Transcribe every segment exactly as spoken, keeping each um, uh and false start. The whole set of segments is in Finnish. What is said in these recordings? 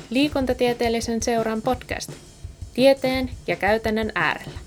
Liikuntatieteellisen seuran podcast. Tieteen ja käytännön äärellä.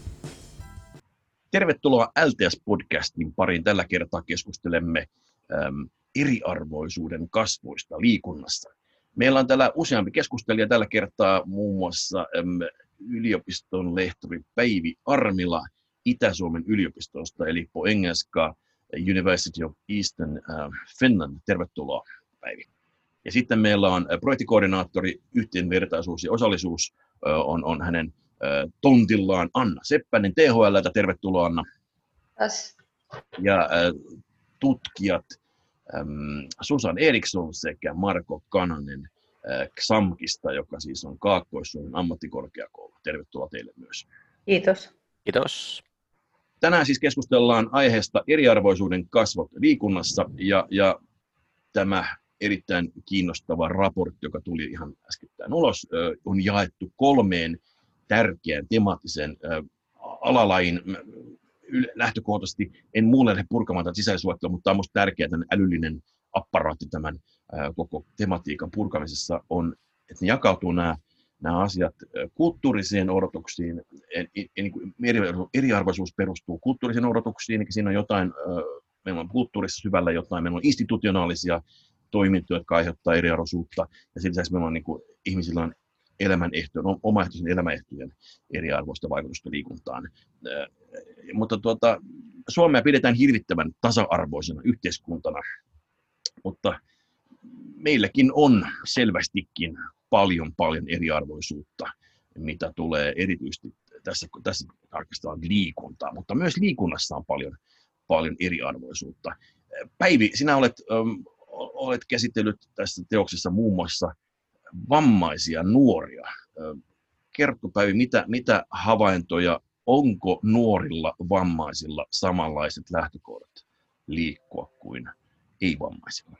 Tervetuloa L T S-podcastin pariin. Tällä kertaa keskustelemme äm, eriarvoisuuden kasvuista liikunnassa. Meillä on täällä useampi keskustelija tällä kertaa, muun muassa äm, yliopiston lehtori Päivi Armila Itä-Suomen yliopistosta, eli på engelska University of Eastern äh, Finland. Tervetuloa, Päivi. Ja sitten meillä on projektikoordinaattori yhdenvertaisuus ja osallisuus äh, on, on hänen äh, tontillaan Anna Seppänen T H L:ltä. Tervetuloa, Anna. Yes. Ja äh, tutkijat ähm, Susan Eriksson sekä Marko Kananen äh, XAMKista, joka siis on Kaakkois-Suomen ammattikorkeakoulu. Tervetuloa teille myös. Kiitos. Kiitos. Tänään siis keskustellaan aiheesta eriarvoisuuden kasvot liikunnassa ja, ja tämä erittäin kiinnostava raportti, joka tuli ihan äskettäin ulos, on jaettu kolmeen tärkeään temaattisen alalajin. Lähtökohtaisesti en muulle lähde purkamaan tätä sisällysluettelua, mutta tämä on minusta tärkeää, että älyllinen apparaatti tämän koko tematiikan purkamisessa on, että ne jakautuu nämä, nämä asiat kulttuurisiin odotuksiin. Eriarvoisuus perustuu kulttuurisiin odotuksiin, eli siinä on jotain, meillä on kulttuurissa syvällä jotain, meillä on institutionaalisia toimintoja, jotka aiheuttaa eriarvoisuutta, ja sen lisäksi meillä on niin kuin, ihmisillä on elämänehtojen, omaehtoisen elämänehtojen eriarvoista vaikutusta liikuntaan. Mutta tuota, Suomea pidetään hirvittävän tasa-arvoisena yhteiskuntana, mutta meilläkin on selvästikin paljon, paljon eriarvoisuutta, mitä tulee erityisesti tässä, tässä tarkastellaan liikuntaa, mutta myös liikunnassa on paljon, paljon eriarvoisuutta. Päivi, sinä olet, ähm, olet käsitellyt tässä teoksessa muun muassa vammaisia nuoria. Kerro, Päivi, mitä, mitä havaintoja, onko nuorilla vammaisilla samanlaiset lähtökohdat liikkua kuin ei-vammaisilla?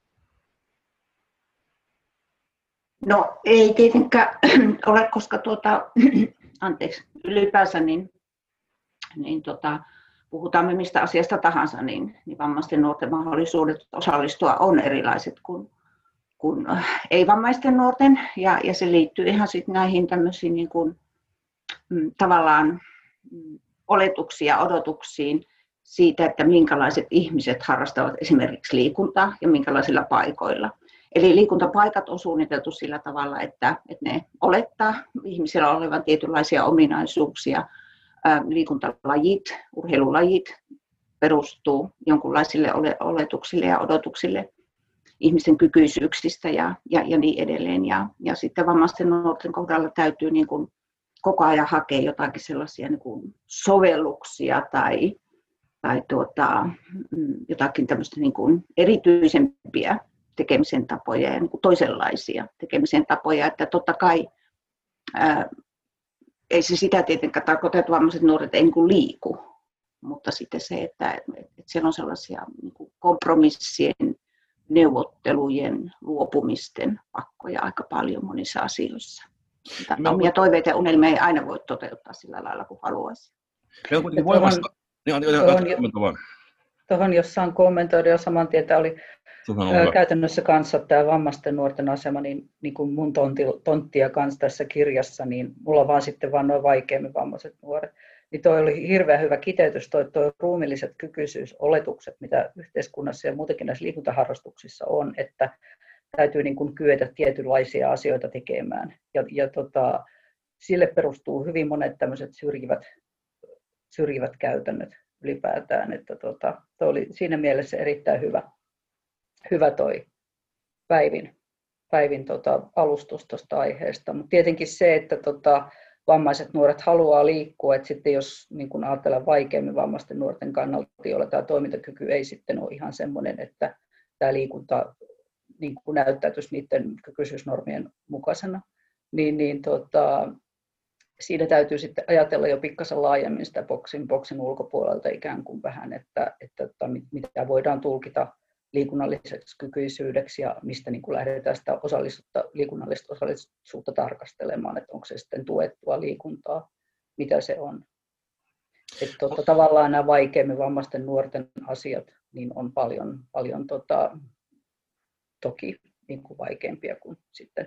No ei tietenkään ole, koska tuota, anteeksi, ylipäänsä niin, niin tota, puhutaan me mistä asiasta tahansa, niin, niin vammaisten nuorten mahdollisuudet osallistua on erilaiset kuin, kuin ei-vammaisten nuorten. Ja, ja se liittyy ihan sitten näihin tämmöisiin niin kuin, mm, tavallaan mm, oletuksiin ja odotuksiin siitä, että minkälaiset ihmiset harrastavat esimerkiksi liikuntaa ja minkälaisilla paikoilla. Eli liikuntapaikat on suunniteltu sillä tavalla, että, että ne olettaa ihmisillä olevan tietynlaisia ominaisuuksia. Liikuntalajit, urheilulajit perustuu jonkinlaisille oletuksille ja odotuksille ihmisten kykyisyyksistä ja, ja, ja niin edelleen. Ja, ja sitten vammaisten nuorten kohdalla täytyy niin kuin koko ajan hakea jotakin sellaisia niin kuin sovelluksia tai, tai tuota, jotakin tämmöistä niin kuin erityisempiä tekemisen tapoja ja niin kuin toisenlaisia tekemisen tapoja, että totta kai ää, ei se sitä tietenkään tarkoita, että vammaiset nuoret ei niin kuin liiku, mutta sitten se, että, että siellä on sellaisia niin kuin kompromissien, neuvottelujen, luopumisten pakkoja aika paljon monissa asioissa. No, omia toiveita ja unelmia ei aina voi toteuttaa sillä lailla kuin haluaisi. Tuohon, jos saan kommentoida jo saman tien, tämä oli ää, käytännössä kanssa tämä vammaisten nuorten asema, niin, niin kuin mun tontti, tonttia kanssa tässä kirjassa, niin mulla on vaan sitten vaan noin vaikeammin vammaiset nuoret. Niin toi oli hirveän hyvä kiteytys, toi, toi ruumilliset kykyisyysoletukset, mitä yhteiskunnassa ja muutenkin näissä liikuntaharrastuksissa on, että täytyy niin kuin kyetä tietynlaisia asioita tekemään. Ja, ja tota, sille perustuu hyvin monet tämmöiset syrjivät, syrjivät käytännöt ylipäätään, että tota, toi oli siinä mielessä erittäin hyvä. Hyvä toi Päivin, Päivin tota, alustus tuosta aiheesta, mutta tietenkin se, että tota, vammaiset nuoret haluaa liikkua, että sitten jos niin kun ajatellaan vaikeammin vammaisten nuorten kannalta, joilla tämä toimintakyky ei sitten ole ihan semmoinen, että tämä liikunta niin kun näyttäytyisi niiden kykyisyysnormien mukaisena, niin, niin tota, siinä täytyy sitten ajatella jo pikkasen laajemmin sitä boksin, boksin ulkopuolelta ikään kuin vähän, että, että, että mitä voidaan tulkita liikunnalliseksi kykyisyydeksi ja mistä niin kuin lähdetään sitä osallisuutta, liikunnallista osallisuutta tarkastelemaan, että onko se sitten tuettua liikuntaa, mitä se on. Että tota, tavallaan nämä vaikeimmin vammaisten nuorten asiat niin on paljon, paljon tota, toki niin kuin vaikeampia kuin sitten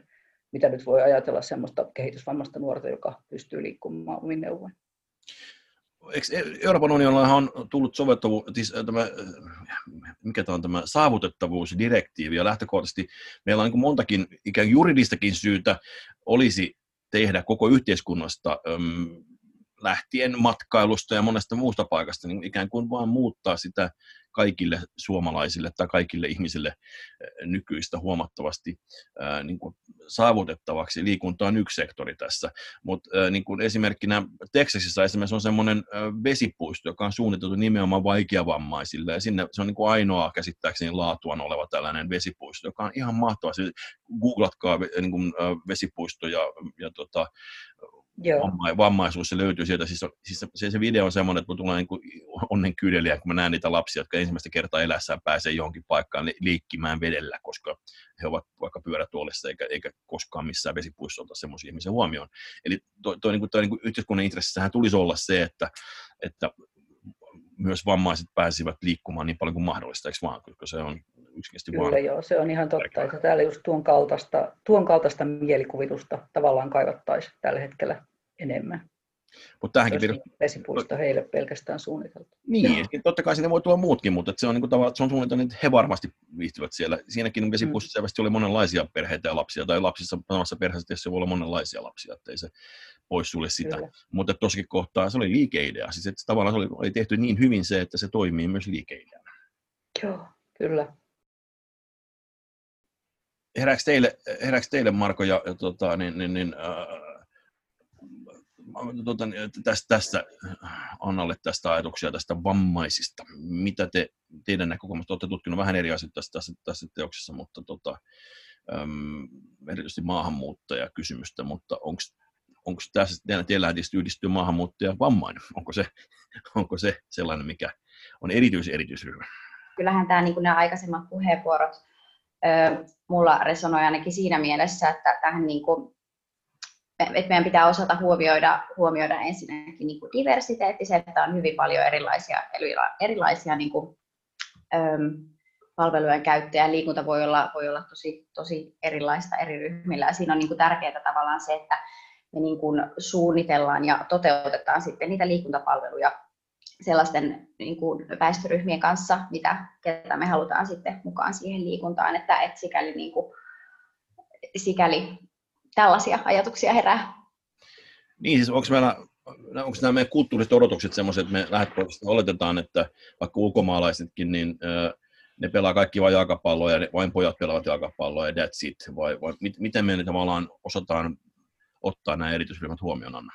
mitä nyt voi ajatella semmoista kehitysvammaista nuorta, joka pystyy liikkumaan omin neuvoin. Eikö Euroopan unionilla on tullut soveltavuus, siis tämä, mikä tämä on tämä saavutettavuusdirektiivi, ja lähtökohtaisesti meillä on niin montakin ikään juridistakin syytä olisi tehdä koko yhteiskunnasta äm, lähtien matkailusta ja monesta muusta paikasta, niin ikään kuin vaan muuttaa sitä kaikille suomalaisille tai kaikille ihmisille nykyistä huomattavasti ää, niin kuin saavutettavaksi. Liikunta on yksi sektori tässä, mutta niin kuin esimerkkinä Texasissa esimerkiksi on semmoinen vesipuisto, joka on suunniteltu nimenomaan vaikeavammaisille, ja sinne se on niin kuin ainoa käsittääkseni laatuaan oleva tällainen vesipuisto, joka on ihan mahtava. Googlatkaa niin kuin vesipuisto ja, ja tota, Vamma, vammaisuus, se löytyy sieltä. Siis, on, siis se, se video on semmoinen, että tulee niin kuin onnenkyydeliä, kun mä näen niitä lapsia, jotka ensimmäistä kertaa elässään pääsee johonkin paikkaan liikkimään vedellä, koska he ovat vaikka pyörätuolissa eikä, eikä koskaan missään vesipuistossa ota semmoisia ihmisiä huomioon. Eli toi, toi, niin kuin, toi, niin kuin yhteiskunnan intressissähän tulisi olla se, että, että myös vammaiset pääsivät liikkumaan niin paljon kuin mahdollista, eikö vaan, koska se on yksinkertaisesti Kyllä vaan. Joo, se on ihan totta, että täällä just tuon kaltaista, tuon kaltaista mielikuvitusta tavallaan kaivattaisiin tällä hetkellä enemmän. Mutta tähänkin Jos vesipuisto heille pelkästään suunniteltu. Niin, totta kai sinne voi tulla muutkin, mutta se on, niin kuin tavallaan, se on suunniteltu, että he varmasti viihtyvät siellä. Siinäkin vesipuistossa selvästi oli monenlaisia perheitä ja lapsia, tai lapsissa samassa perheessä se voi olla monenlaisia lapsia, ettei se poissulje sitä. Kyllä. Mutta tossakin kohtaa se oli liikeidea. Siis että tavallaan se oli, oli tehty niin hyvin se, että se toimii myös liikeideana. Joo, kyllä. Herääkö teille, herääkö teille Marko ja, ja tota, niin, niin, niin, äh, Tota, tästä, tästä Annalle tästä ajatuksia tästä vammaisista. Mitä te, teidän näkökulmasta olette tutkinut vähän eri asioita tässä, tässä, tässä teoksessa, mutta tota, äm, erityisesti maahanmuuttajakysymystä, mutta onko tässä teillä yhdistyy maahanmuuttaja vammainen? Onko se, onko se sellainen, mikä on erityis erityisryhmä? Kyllähän tämä, niin kuin nämä aikaisemmat puheenvuorot ö, mulla resonoi ainakin siinä mielessä, että tähän niin kuin että meidän pitää osata huomioida, huomioida ensinnäkin niin kuin diversiteetti, se, että on hyvin paljon erilaisia, erilaisia niin kuin, äm, palvelujen käyttäjä. Liikunta voi olla, voi olla tosi, tosi erilaista eri ryhmillä. Ja siinä on niin kuin tärkeää tavallaan se, että me niin kuin suunnitellaan ja toteutetaan sitten niitä liikuntapalveluja sellaisten niin kuin väestöryhmien kanssa, mitä, ketä me halutaan sitten mukaan siihen liikuntaan. Että, että sikäli, niin kuin, sikäli tällaisia ajatuksia herää. Niin, siis onko meillä, onko nämä meidän kulttuuriset odotukset sellaiset, että me lähtökohtaisesti oletetaan, että vaikka ulkomaalaisetkin, niin ne pelaa kaikki vain jalkapalloa ja vain pojat pelaavat jalkapalloa ja that's it, vai, vai miten me tavallaan osataan ottaa nämä erityisryhmät huomioon, Anna?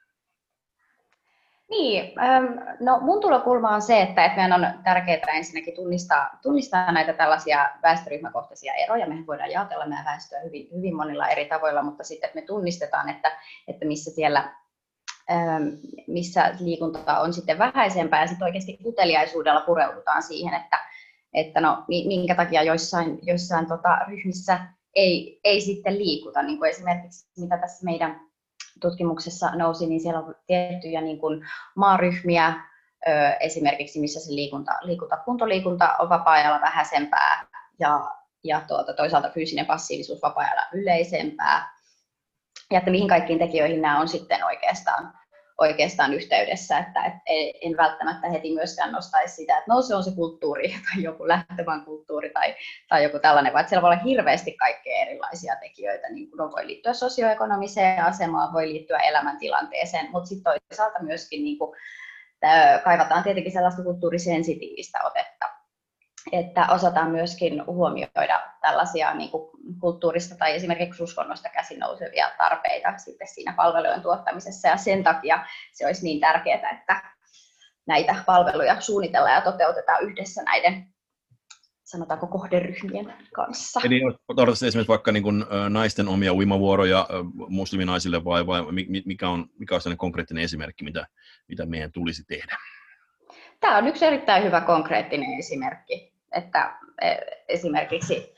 Niin, no mun tulokulma on se, että meidän on tärkeää ensinnäkin tunnistaa, tunnistaa näitä tällaisia väestöryhmäkohtaisia eroja. Mehän voidaan jaotella meidän väestöä hyvin, hyvin monilla eri tavoilla, mutta sitten että me tunnistetaan, että, että missä siellä missä liikunta on sitten vähäisempää ja sitten oikeasti uteliaisuudella pureudutaan siihen, että, että no, minkä takia joissain, joissain tota, ryhmissä ei, ei sitten liikuta, niin kuin esimerkiksi mitä tässä meidän tutkimuksessa nousi, niin siellä on tiettyjä niin kuin maaryhmiä, esimerkiksi missä se liikunta, liikunta kuntoliikunta on vapaa-ajalla vähäisempää ja, ja tuota, toisaalta fyysinen passiivisuus vapaa-ajalla yleisempää. Ja että mihin kaikkiin tekijöihin nämä on sitten oikeastaan, oikeastaan yhteydessä, että et en välttämättä heti myöskään nostaisi sitä, että no se on se kulttuuri tai joku lähtömaan kulttuuri tai, tai joku tällainen, vaan siellä voi olla hirveästi kaikkea erilaisia tekijöitä, niin kuin voi liittyä sosioekonomiseen asemaan, voi liittyä elämäntilanteeseen, mutta sitten toisaalta myöskin niin kuin, kaivataan tietenkin sellaista kulttuurisensitiivistä otetta, että osataan myöskin huomioida tällaisia niin kuin kulttuurista tai esimerkiksi uskonnosta käsin nousevia tarpeita sitten siinä palvelujen tuottamisessa. Ja sen takia se olisi niin tärkeää, että näitä palveluja suunnitellaan ja toteutetaan yhdessä näiden, sanotaanko, kohderyhmien kanssa. Eli tarvitsisi esimerkiksi vaikka niin kuin naisten omia uimavuoroja musliminaisille vai, vai mikä on, mikä on sellainen konkreettinen esimerkki, mitä, mitä meidän tulisi tehdä? Tämä on yksi erittäin hyvä konkreettinen esimerkki, että esimerkiksi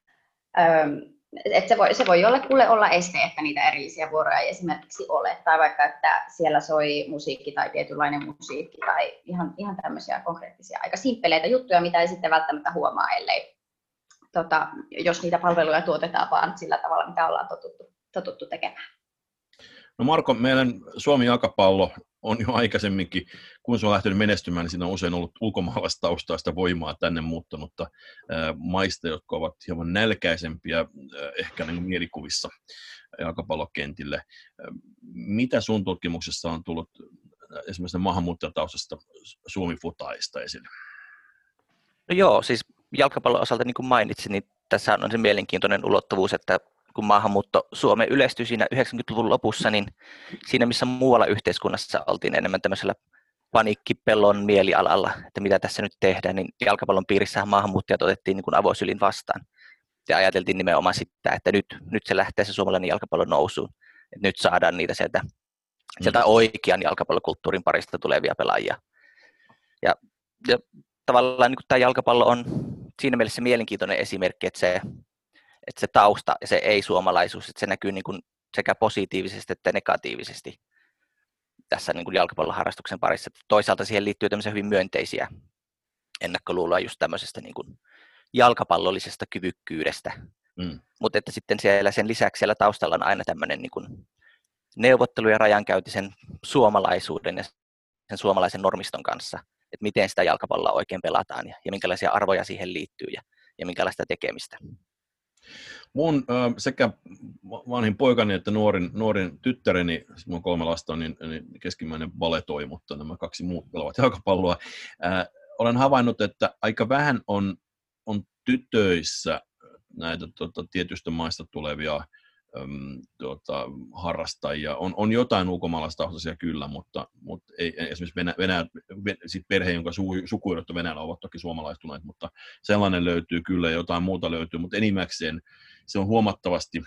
että se voi, se voi jollekulle olla este, että niitä erillisiä vuoroja ei esimerkiksi ole, tai vaikka että siellä soi musiikki tai tietynlainen musiikki tai ihan, ihan tämmöisiä konkreettisia aika simppeleitä juttuja, mitä ei sitten välttämättä huomaa, ellei, tota, jos niitä palveluja tuotetaan vaan sillä tavalla, mitä ollaan totuttu. totuttu tekemään. No Marko, meidän Suomi jalkapallo on jo aikaisemminkin, kun se on lähtenyt menestymään, niin siinä on usein ollut ulkomaalaistaustaista voimaa tänne muuttanutta maista, jotka ovat hieman nälkäisempiä ehkä niin mielikuvissa jalkapallokentille. Mitä sun tutkimuksessa on tullut esimerkiksi maahanmuuttajataustasta Suomi-futaista esille? No joo, siis jalkapallon osalta niin kuin mainitsin, niin tässä on se mielenkiintoinen ulottuvuus, että kun maahanmuutto Suomeen yleistyi siinä yhdeksänkymmentäluvun lopussa, niin siinä missä muualla yhteiskunnassa oltiin enemmän tämmöisellä paniikkipellon mielialalla, että mitä tässä nyt tehdään, niin jalkapallon piirissähän maahanmuuttajat otettiin niin kuin avosylin vastaan. Ja ajateltiin nimenomaan sitä, että nyt, nyt se lähtee se suomalainen jalkapallo nousuun, että nyt saadaan niitä sieltä, sieltä oikean jalkapallokulttuurin parista tulevia pelaajia. Ja, ja tavallaan niin tämä jalkapallo on siinä mielessä mielenkiintoinen esimerkki, että se, että se tausta ja se ei-suomalaisuus, että se näkyy niin kuin sekä positiivisesti että negatiivisesti tässä niin kuin jalkapalloharrastuksen parissa. Toisaalta siihen liittyy tämmöisiä hyvin myönteisiä ennakkoluuloja just tämmöisestä niin kuin jalkapallollisesta kyvykkyydestä, mm. mutta että sitten siellä sen lisäksi siellä taustalla on aina tämmöinen niin kuin neuvottelu ja rajankäynti sen suomalaisuuden ja sen suomalaisen normiston kanssa, että miten sitä jalkapalloa oikein pelataan ja, ja minkälaisia arvoja siihen liittyy ja, ja minkälaista tekemistä. Mun äh, sekä vanhin poikani että nuorin, nuorin tyttäreni, siis mun kolme lasta on, niin, niin keskimmäinen valetoi, mutta nämä kaksi muut pelaavat jalkapalloa. Äh, olen havainnut, että aika vähän on, on tytöissä näitä tota, tietystä maista tulevia äm, tota, harrastajia. On, on jotain ulkomaalaistaustaisia kyllä, mutta, mutta ei, esimerkiksi Venä, Venäjä, sit perhe, jonka su, sukujuuret on Venäjällä, ovat toki suomalaistuneet, mutta sellainen löytyy kyllä ja jotain muuta löytyy, mutta enimmäkseen se on huomattavasti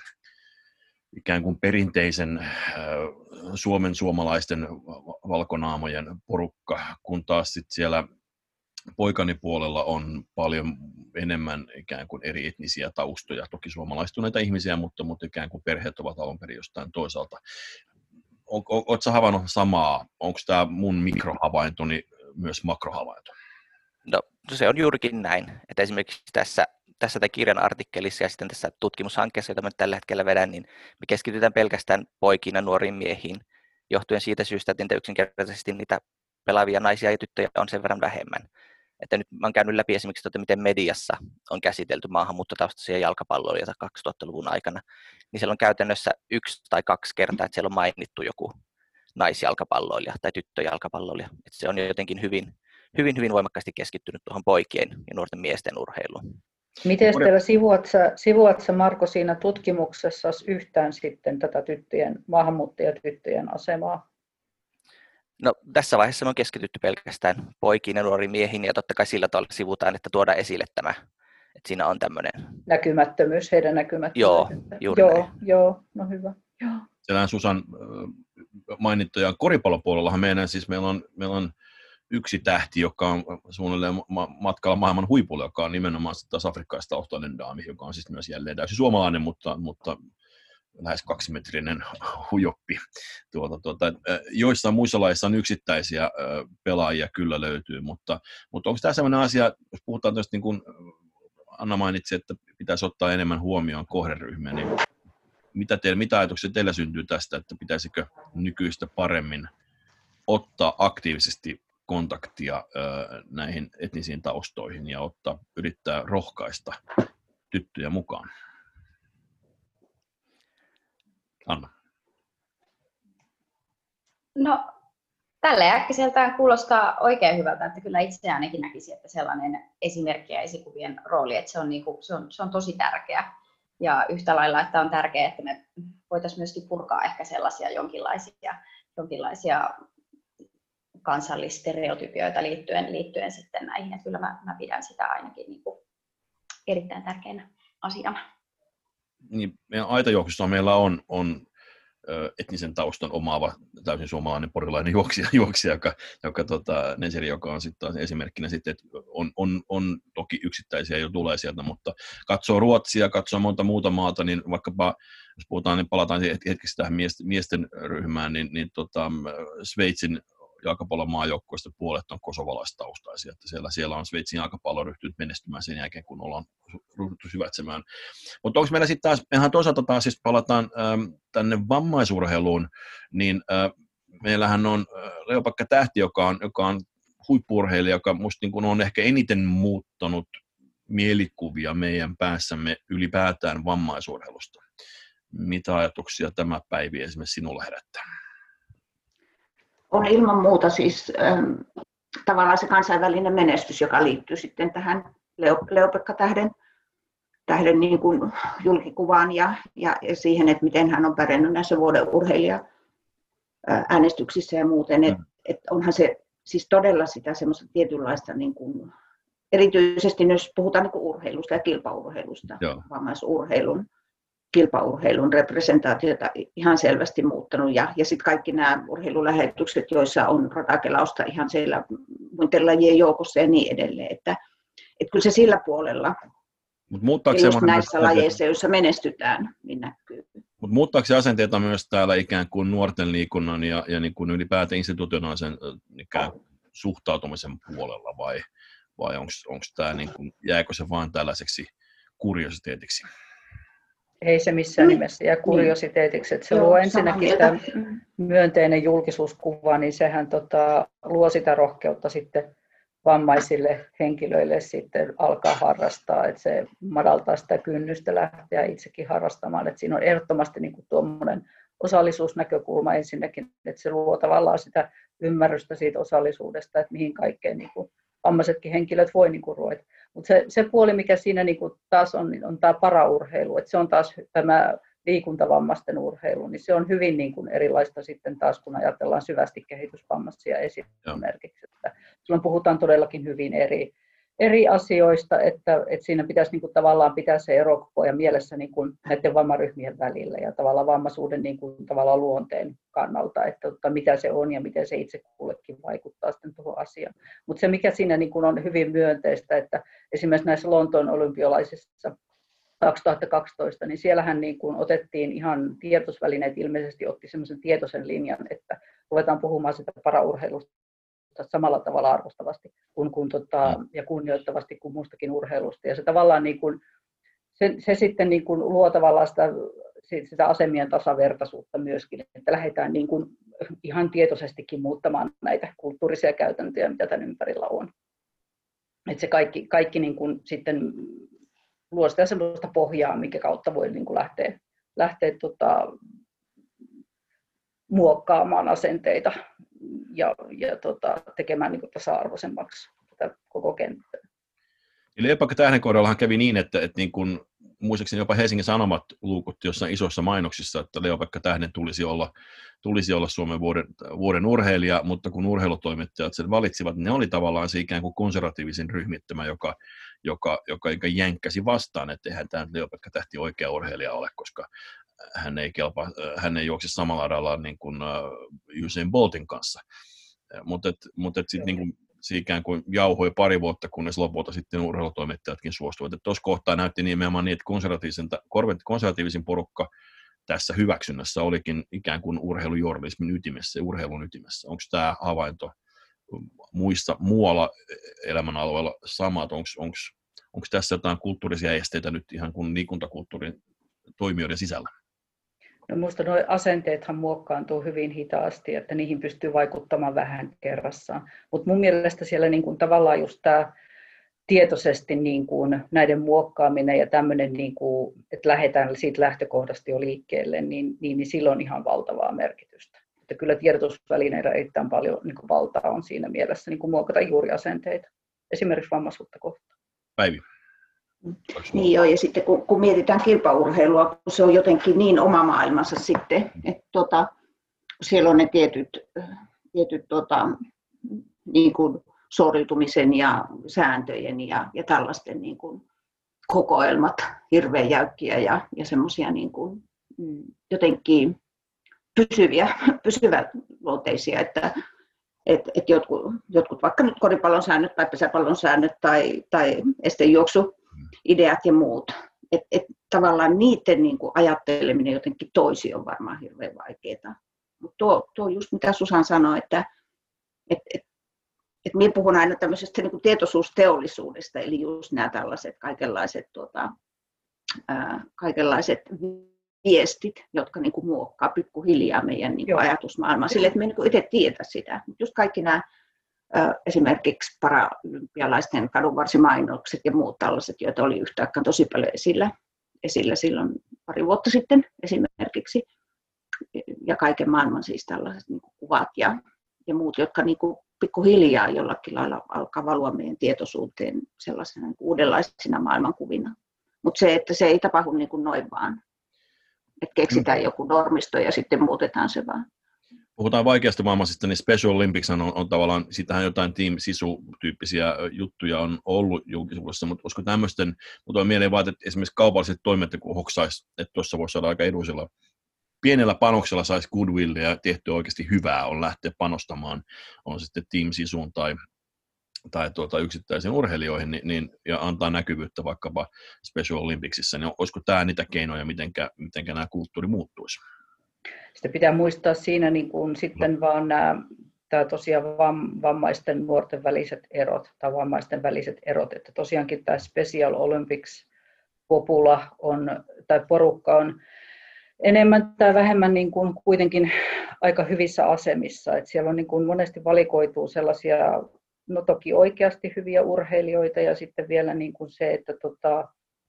ikään kuin perinteisen äh, Suomen suomalaisten valkonaamojen porukka, kun taas sit siellä poikani puolella on paljon enemmän ikään kuin eri etnisiä taustoja, toki suomalaistuneita ihmisiä, mutta, mutta ikään kuin perheet ovat alun perin jostain toisaalta. Oletko sä havainnut samaa? Onko tämä mun mikrohavaintoni myös makrohavainto? No se on juurikin näin, että esimerkiksi tässä, tässä tämän kirjan artikkelissa ja sitten tässä tutkimushankkeessa, jota me tällä hetkellä vedän, niin me keskitytään pelkästään poikiin ja nuoriin miehiin, johtuen siitä syystä, että yksinkertaisesti niitä pelaavia naisia ja tyttöjä on sen verran vähemmän. Että nyt mä oon käynyt läpi esimerkiksi, että miten mediassa on käsitelty maahanmuuttotaustaisia jalkapalloilijoita kaksituhattaluvun aikana, niin siellä on käytännössä yksi tai kaksi kertaa, että siellä on mainittu joku naisjalkapalloilija tai tyttöjalkapalloilija. Että se on jotenkin hyvin, hyvin, hyvin voimakkaasti keskittynyt tuohon poikien ja nuorten miesten urheiluun. Miten teillä sivuat sä, sivuat sä Marko siinä tutkimuksessa yhtään sitten tätä tyttöjen, maahanmuuttajatyttöjen asemaa? No tässä vaiheessa me on keskitytty pelkästään poikiin ja nuoriin miehiin ja totta kai sillä tavalla sivutaan, että tuodaan esille tämä, että siinä on tämmöinen näkymättömyys, heidän näkymättömyys. Joo, juuri joo, näin. Joo, no hyvä. Joo. Siellä Susan mainittuja koripallopuolellahan meidän siis meillä on, meillä on yksi tähti, joka on suunnilleen matkalla maailman huipulle, joka on nimenomaan taas afrikkalaistaustainen daami, joka on siis myös jälleen täysin suomalainen, mutta, mutta lähes kaksimetrinen hujoppi. Tuota, tuota, joissain muissa laissa on yksittäisiä pelaajia kyllä löytyy, mutta, mutta onko tämä sellainen asia, jos puhutaan tästä niin kuin Anna mainitsi, että pitäisi ottaa enemmän huomioon kohderyhmiä, niin mitä, teille, mitä ajatuksia teillä syntyy tästä, että pitäisikö nykyistä paremmin ottaa aktiivisesti kontaktia näihin etnisiin taustoihin ja ottaa, yrittää rohkaista tyttöjä mukaan? Anna. No, tällä äkkiseltään kuulostaa oikein hyvältä, että kyllä itse ainakin näkisin, että sellainen esimerkki ja esikuvien rooli, että se on, niin kuin, se on, se on tosi tärkeä. Ja yhtä lailla, että on tärkeää, että me voitaisiin myöskin purkaa ehkä sellaisia jonkinlaisia, jonkinlaisia kansallistereotypioita liittyen, liittyen sitten näihin. Että kyllä mä, mä pidän sitä ainakin niin kuin erittäin tärkeänä asiana. Niin, meidän aitajuoksussa meillä on, on etnisen taustan omaava täysin suomalainen porilainen juoksija, juoksija joka, joka tota, Neseri, joka on sitten esimerkkinä sitten, että on, on, on toki yksittäisiä jo tulee sieltä, mutta katsoo Ruotsia, katsoo monta muuta maata, niin vaikkapa, jos puhutaan, niin palataan hetkeksi tähän miesten ryhmään, niin, niin tota, Sveitsin jalkapallon maajoukkueesta puolet on kosovalaistaustaisia, että siellä, siellä on Sveitsin jalkapallo ryhtynyt menestymään sen jälkeen, kun ollaan ryhdytty syvätsemään. Mutta onko meillä sitten taas, mehän toisaalta taas siis palataan ähm, tänne vammaisurheiluun, niin äh, meillähän on äh, Leopakka Tähti, joka on, joka on huippu-urheilija, joka musta niin kun on ehkä eniten muuttanut mielikuvia meidän päässämme ylipäätään vammaisurheilusta. Mitä ajatuksia tämä päivi esimerkiksi sinulla herättää? On ilman muuta siis ähm, tavallaan se kansainvälinen menestys, joka liittyy sitten tähän Leo, Leopakka Tähden, tähden niin kuin julkikuvaan ja, ja, ja siihen, että miten hän on pärjännyt näissä vuoden urheilija-äänestyksissä ja muuten. Et, et onhan se siis todella sitä semmoista tietynlaista, niin kuin, erityisesti jos puhutaan niin kuin urheilusta ja kilpaurheilusta, Joo. vammaisurheilun. kilpaurheilun representaatiota ihan selvästi muuttanut ja, ja sitten kaikki nämä urheilulähetykset, joissa on rotakelausta ihan siellä muiden lajien joukossa ja niin edelleen, että et kyllä se sillä puolella Mut ja just näissä lajeissa, joissa menestytään, niin näkyy. Mutta muuttaako se asenteita myös täällä ikään kuin nuorten liikunnan ja, ja niin kuin ylipäätään institutionaalisen ikään suhtautumisen puolella vai, vai onko tämä niin kuin, jääkö se vain tällaiseksi kuriositeetiksi? Ei se missään nimessä jää kuriositeetiksi, että se Joo, luo ensinnäkin tämä myönteinen julkisuuskuva, niin sehän tota, luo sitä rohkeutta sitten vammaisille henkilöille sitten alkaa harrastaa, että se madaltaa sitä kynnystä lähteä itsekin harrastamaan, että siinä on ehdottomasti niin kuin tuommoinen osallisuusnäkökulma ensinnäkin, että se luo tavallaan sitä ymmärrystä siitä osallisuudesta, että mihin kaikkeen niin kuin vammaisetkin henkilöt voi niin kuin ruveta. Mutta se, se puoli, mikä siinä niin kuin taas on, on tämä paraurheilu, että se on taas tämä liikuntavammaisten urheilu, niin se on hyvin niin kuin erilaista sitten taas, kun ajatellaan syvästi kehitysvammaisia esimerkiksi. Että silloin puhutaan todellakin hyvin eri, eri asioista, että, että siinä pitäisi niin kuin tavallaan pitää se ero koko ajan mielessä niin kuin näiden vammaryhmien välillä ja tavallaan vammaisuuden niin kuin tavallaan luonteen kannalta, että, että mitä se on ja miten se itse kullekin vaikuttaa sitten tuohon asiaan. Mutta se, mikä siinä niin kuin on hyvin myönteistä, että esimerkiksi näissä Lontoon olympialaisissa kaksituhattakaksitoista, niin siellähän niin kuin otettiin ihan tiedotusvälineet ilmeisesti otti semmoisen tietoisen linjan, että ruvetaan puhumaan sitä paraurheilusta samalla tavalla arvostavasti kuin, kuin, tota, ja kunnioittavasti kuin muustakin urheilusta. Ja se tavallaan niin kuin, se, se sitten niin kuin luo tavallaan sitä, sitä asemien tasavertaisuutta myöskin, että lähdetään niin kuin ihan tietoisestikin muuttamaan näitä kulttuurisia käytäntöjä, mitä tämän ympärillä on. Että se kaikki, kaikki niin kuin sitten luo sitä sellaista pohjaa, minkä kautta voi niin kuin lähteä, lähteä tota, muokkaamaan asenteita ja, ja tota, tekemään niin kuin tasa-arvoisemmaksi tätä koko kenttää. Eli Leopakka Tähden kohdallahan kävi niin, että, että niin kuin, muistaakseni jopa Helsingin Sanomat luukutti jossain isoissa mainoksissa, että Leopakka Tähden tulisi olla, tulisi olla Suomen vuoden, vuoden urheilija, mutta kun urheilutoimittajat sen valitsivat, niin ne oli tavallaan se ikään kuin konservatiivisen ryhmittymä, joka, joka, joka, joka jänkkäsi vastaan, että eihän tämä Leopakka Tähti oikea urheilija ole, koska hän ei, kelpa, hän ei juokse samalla radalla niin kuin Usain Boltin kanssa. Mutta mut sitten niin kuin se ikään kuin jauhoi pari vuotta, kunnes lopulta sitten urheilutoimittajatkin suostuivat. Tuossa kohtaa näytti nimenomaan niin, että konservatiivisen, konservatiivisin porukka tässä hyväksynnässä olikin ikään kuin urheilujournalismin ytimessä ja urheilun ytimessä. Onko tämä havainto muissa muualla elämänalueella sama? Onko tässä jotain kulttuurisia esteitä nyt ihan kuin liikuntakulttuurin toimijoiden sisällä? No minusta nuo asenteethan muokkaantuu hyvin hitaasti, että niihin pystyy vaikuttamaan vähän kerrassaan. Mutta mun mielestä siellä niin kuin tavallaan just tämä tietoisesti niin kuin näiden muokkaaminen ja tämmöinen, niin kuin, että lähdetään siitä lähtökohdasta jo liikkeelle, niin, niin, niin sillä on ihan valtavaa merkitystä. Että kyllä tiedotusvälineillä erittäin paljon niin kuin valtaa on siinä mielessä niin kuin muokata juuri asenteita, esimerkiksi vammaisuutta kohtaan. Päivi. Niin joo, ja sitten kun, kun mietitään kilpaurheilua, kun se on jotenkin niin oma maailmansa sitten, että tota, siellä on ne tietyt, tietyt tota, niin kuin suoriutumisen ja sääntöjen ja, ja tällaisten niin kuin kokoelmat hirveän jäykkiä ja, ja semmoisia niin kuin, jotenkin pysyviä, pysyväluonteisia, että et, et jotkut, jotkut vaikka nyt koripallon säännöt tai pesäpallon säännöt tai, tai estejuoksu ideat ja muut. Et, et tavallaan niiden niin kuin ajatteleminen jotenkin toisi on varmaan hirveän vaikeaa. Mutta tuo, tuo just mitä Susan sanoi, että Et, et, et minä puhun aina tämmöisestä niin kuin tietoisuusteollisuudesta, eli just nämä tällaiset kaikenlaiset, tuota, ää, kaikenlaiset viestit, jotka niin kuin muokkaa pikkuhiljaa meidän niin kuin ajatusmaailmaa sille, että me ei niin kuin itse tiedä sitä. Just kaikki nämä ää, esimerkiksi paralympialaisten kadunvarsimainokset ja muut tällaiset, joita oli yhtäkkiä tosi paljon esillä, esillä silloin pari vuotta sitten esimerkiksi. Ja kaiken maailman siis tällaiset niin kuin kuvat ja, ja muut, jotka niin kuin pikkuhiljaa jollakin lailla alkaa valua meidän tietoisuuteen sellaisena niin kuin uudenlaisina maailmankuvina. Mutta se, että se ei tapahdu niin kuin noin vaan. Että keksitään mm. joku normisto ja sitten muutetaan se vaan. Puhutaan vaikeasta vammaisista, niin Special Olympics on, on tavallaan, sitähän jotain Team Sisu-tyyppisiä juttuja on ollut julkisuudessa, mutta olisiko tämmöisten, mutta on mieleen vaan, että esimerkiksi kaupalliset toimet, kun hoksaisi, että tuossa voisi saada aika edullisella, pienellä panoksella saisi goodwillia ja tehtyä oikeasti hyvää on lähteä panostamaan, on sitten Team Sisuun tai, tai tuota, yksittäisiin urheilijoihin, niin, niin, ja antaa näkyvyyttä vaikkapa Special Olympicsissa, niin olisiko tämä niitä keinoja, mitenkä, mitenkä nämä kulttuuri muuttuisi? Sitten pitää muistaa siinä niin kuin sitten vaan nämä, tämä tosiaan vammaisten nuorten väliset erot tai vammaisten väliset erot, että tosiaankin tämä Special Olympics popula on, tai porukka on enemmän tai vähemmän niin kuin kuitenkin aika hyvissä asemissa, että siellä on niin kuin monesti valikoituu sellaisia, no toki oikeasti hyviä urheilijoita ja sitten vielä niin kuin se, että tota,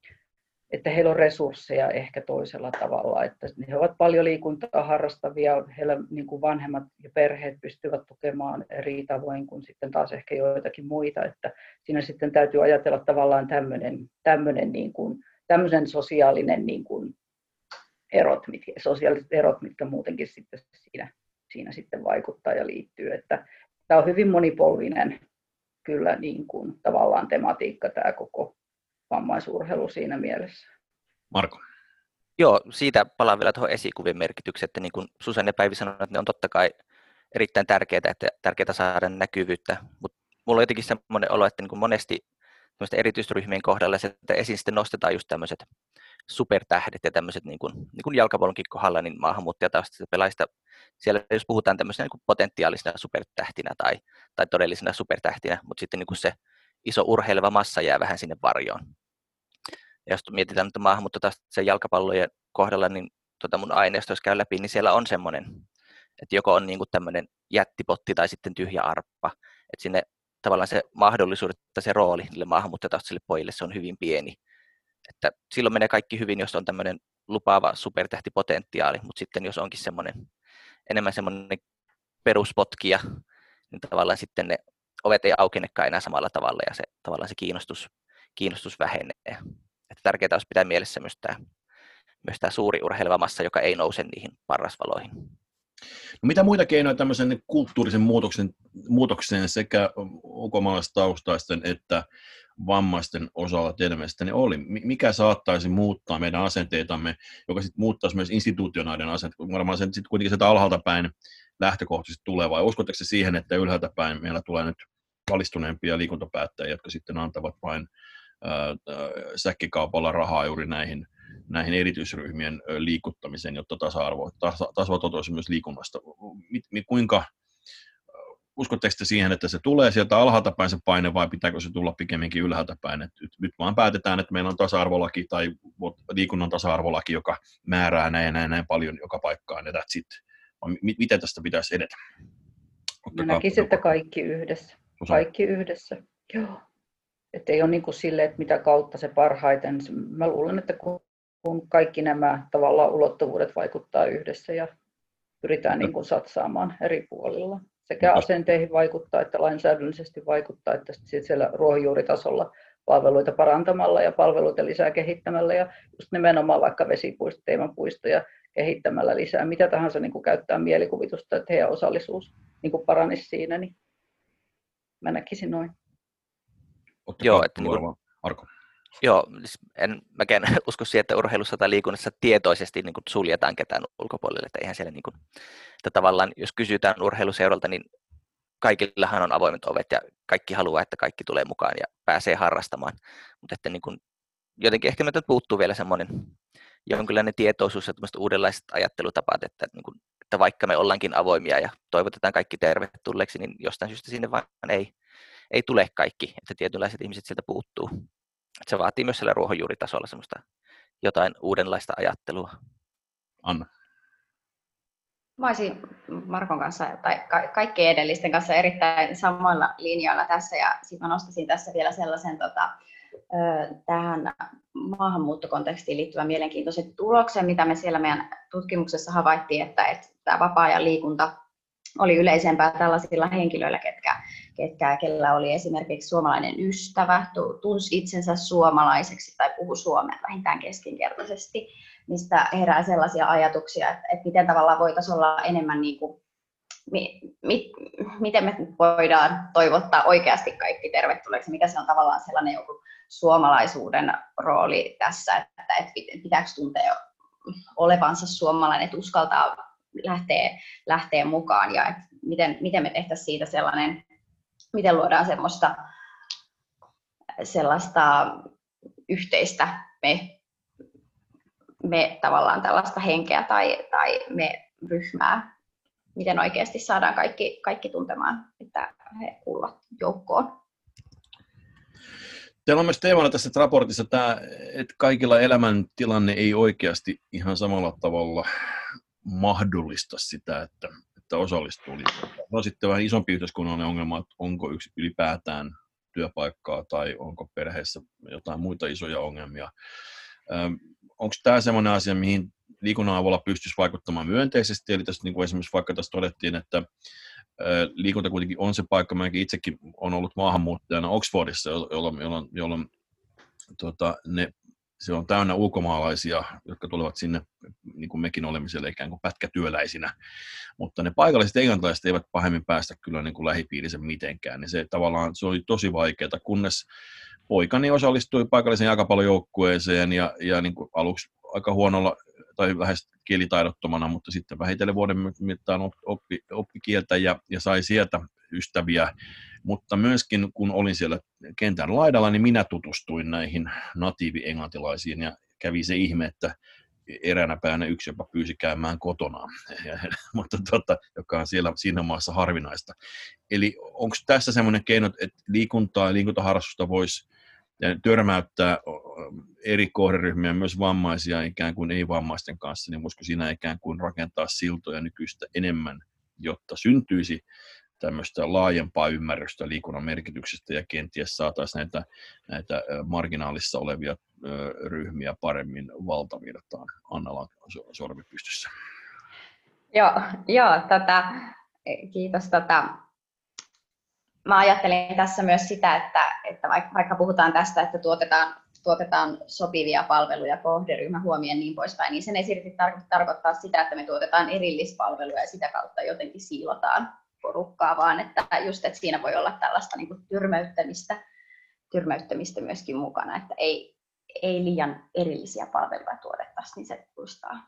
että heillä on resursseja ehkä toisella tavalla, että he ovat paljon liikuntaa harrastavia, heillä niin kuin vanhemmat ja perheet pystyvät tukemaan eri tavoin kuin sitten taas ehkä joitakin muita, että siinä sitten täytyy ajatella tavallaan tämmöinen, tämmöinen, niin kuin, tämmöinen sosiaalinen niin kuin erot, mitkä, sosiaaliset erot, mitkä muutenkin sitten siinä, siinä sitten vaikuttaa ja liittyy, että tämä on hyvin monipolvinen kyllä niin kuin tavallaan tematiikka tämä koko vammaisurheilu siinä mielessä. Marko. Joo, siitä palaan vielä tuohon esikuvien merkitykseen, että niin kuin Susanne ja Päivi sanoi, että ne on totta kai erittäin tärkeää, että tärkeää saada näkyvyyttä, mutta mulla on jotenkin semmoinen olo, että niin kuin monesti erityisryhmien kohdalla se, että esiin sitten nostetaan just tämmöiset supertähdet ja tämmöiset niin kuin, niin kuin jalkapallonkin kohdalla, niin maahanmuuttajataustaiset pelaajista, siellä jos puhutaan tämmöisenä niin kuin potentiaalisena supertähtinä tai, tai todellisena supertähtinä, mutta sitten niin kuin se iso urheileva massa jää vähän sinne varjoon. Ja jos mietitään nyt maahanmuuttajataustaiset jalkapallojen kohdalla, niin tota mun aineisto, jos käy läpi, niin siellä on semmoinen, että joko on niin kuin tämmöinen jättipotti tai sitten tyhjä arppa, että sinne tavallaan se mahdollisuudet tai se rooli niille maahanmuuttajataustaisille pojille, se on hyvin pieni. Että silloin menee kaikki hyvin, jos on tämmöinen lupaava supertähtipotentiaali, mutta sitten jos onkin semmoinen, enemmän semmoinen peruspotkija, niin tavallaan sitten ne ovet ei aukenekaan enää samalla tavalla ja se, tavallaan se kiinnostus, kiinnostus vähenee. Että tärkeää olisi pitää mielessä myös tämä, myös tämä suuri urheileva massa, joka ei nouse niihin parrasvaloihin. No mitä muita keinoja tämmöisen kulttuurisen muutoksen, muutokseen sekä ulkomaalaistaustaisten että vammaisten osalla teidän mielestäni oli? Mikä saattaisi muuttaa meidän asenteitamme, joka sitten muuttaisi myös institutionaalinen asenteita? Varmaan se sitten kuitenkin sieltä alhaalta päin lähtökohtaisesti tulee, vai uskotteko se siihen, että ylhäältä päin meillä tulee nyt valistuneempia liikuntapäättäjiä, jotka sitten antavat vain ää, säkkikaupalla rahaa juuri näihin, näihin erityisryhmien liikuttamiseen, jotta tasa-arvo, tasa, tasa toteutuisi myös liikunnasta? Kuinka uskotteko te siihen, että se tulee sieltä alhaalta päin se paine, vai pitääkö se tulla pikemminkin ylhäältä päin? Et nyt vaan päätetään, että meillä on tasa-arvolaki tai liikunnan tasa-arvolaki, joka määrää näin ja näin, näin paljon joka paikkaan, ja that's it. Miten tästä pitäisi edetä? Mä näkisin, että kaikki yhdessä. Kaikki yhdessä, joo. Että ei ole niin kuin silleen, että mitä kautta se parhaiten. Mä luulen, että kun kaikki nämä tavallaan ulottuvuudet vaikuttaa yhdessä ja pyritään niin kuin satsaamaan eri puolilla. Sekä asenteihin vaikuttaa, että lainsäädännöllisesti vaikuttaa, että siellä ruohonjuuritasolla palveluita parantamalla ja palveluita lisää kehittämällä ja just nimenomaan vaikka vesipuisto, teemapuistoja kehittämällä lisää, mitä tahansa niin kuin käyttää mielikuvitusta, että heidän osallisuus niin kuin paranisi siinä, niin mä näkisin noin. Joo, että niin kuin, Arko. Joo, en mäkään usko siihen, että urheilussa tai liikunnassa tietoisesti niin kuin suljetaan ketään ulkopuolelle, että eihän siellä niin kuin, että tavallaan jos kysytään urheiluseuralta, niin kaikillahan on avoimet ovet ja kaikki haluaa, että kaikki tulee mukaan ja pääsee harrastamaan, mutta että niin kuin, jotenkin ehkä meiltä puuttuu vielä semmoinen jonkinlainen tietoisuus ja uudenlaiset ajattelutapat, että, niin kuin, että vaikka me ollaankin avoimia ja toivotetaan kaikki tervetulleeksi, niin jostain syystä sinne vaan ei, ei tule kaikki, että tietynlaiset ihmiset sieltä puuttuu. Että se vaatii myös siellä ruohonjuuritasolla semmoista jotain uudenlaista ajattelua. Anna. Mä olisin Markon kanssa tai ka- kaikkien edellisten kanssa erittäin samoilla linjoilla tässä, ja sitten mä nostaisin tässä vielä sellaisen tota, tähän maahanmuuttokontekstiin liittyvän mielenkiintoisen tuloksen, mitä me siellä meidän tutkimuksessa havaittiin, että, että tämä vapaa-ajan liikunta oli yleisempää tällaisilla henkilöillä, ketkä, ketkä, kellä oli esimerkiksi suomalainen ystävä, tunsi itsensä suomalaiseksi tai puhui suomea vähintään keskinkertaisesti, mistä herää sellaisia ajatuksia, että, että miten tavallaan voitaisiin olla enemmän, niin kuin, mi, mi, miten me voidaan toivottaa oikeasti kaikki tervetulleeksi, mikä se on tavallaan sellainen joku suomalaisuuden rooli tässä, että, että pitääkö tuntea olevansa suomalainen, että uskaltaa lähteä, lähteä mukaan, ja että miten, miten me tehtäisiin siitä sellainen, miten luodaan semmoista, sellaista yhteistä me, me tavallaan tällaista henkeä tai, tai me ryhmää, miten oikeasti saadaan kaikki, kaikki tuntemaan, että he kuuluvat joukkoon. Teillä on myös teemana tässä raportissa tämä, että kaikilla elämäntilanne ei oikeasti ihan samalla tavalla mahdollista sitä, että, että osallistuu liikuntaan. On sitten vähän isompi yhteiskunnallinen ongelma, että onko yksi ylipäätään työpaikkaa tai onko perheessä jotain muita isoja ongelmia. Ähm, onko tämä sellainen asia, mihin liikunnan avulla pystyisi vaikuttamaan myönteisesti? Eli tässä niin kuin esimerkiksi vaikka tässä todettiin, että äh, liikunta kuitenkin on se paikka, minäkin itsekin olen ollut maahanmuuttajana Oxfordissa, jolloin, jolloin, jolloin tota, ne se on täynnä ulkomaalaisia, jotka tulevat sinne, niin kuin mekin olemme siellä ikään kuin pätkätyöläisinä, mutta ne paikalliset englantilaiset eivät pahemmin päästä kyllä niin kuin lähipiirissä mitenkään, niin se tavallaan se oli tosi vaikeaa, kunnes poikani osallistui paikalliseen jalkapallojoukkueeseen ja, ja niin kuin aluksi aika huonolla tai lähes kielitaidottomana, mutta sitten vähitellen vuoden mittaan oppi, oppi kieltä ja, ja sai sieltä ystäviä. Mutta myöskin kun olin siellä kentän laidalla, niin minä tutustuin näihin natiivi-englantilaisiin ja kävi se ihme, että eräänä päivänä yksi jopa pyysi käymään kotonaan, mutta tota, joka on siellä siinä maassa harvinaista. Eli onko tässä semmoinen keino, että liikuntaa ja liikuntaharrastusta voisi törmäyttää eri kohderyhmiä, myös vammaisia ikään kuin ei-vammaisten kanssa, niin voisiko siinä ikään kuin rakentaa siltoja nykyistä enemmän, jotta syntyisi tämmöistä laajempaa ymmärrystä liikunnan merkityksestä ja kenties saataisiin näitä, näitä marginaalissa olevia ryhmiä paremmin valtavirtaan. Annalla on sormi pystyssä. Joo, joo tätä, kiitos. Tätä. Mä ajattelin tässä myös sitä, että, että vaikka puhutaan tästä, että tuotetaan, tuotetaan sopivia palveluja kohderyhmä huomioon niin poispäin, niin sen ei silti tarkoittaa sitä, että me tuotetaan erillispalveluja ja sitä kautta jotenkin siilotaan porukkaa, vaan että just, että siinä voi olla tällaista niin kuin tyrmäyttämistä, tyrmäyttämistä myöskin mukana, että ei, ei liian erillisiä palveluja tuotettaisiin, niin se kuulostaa,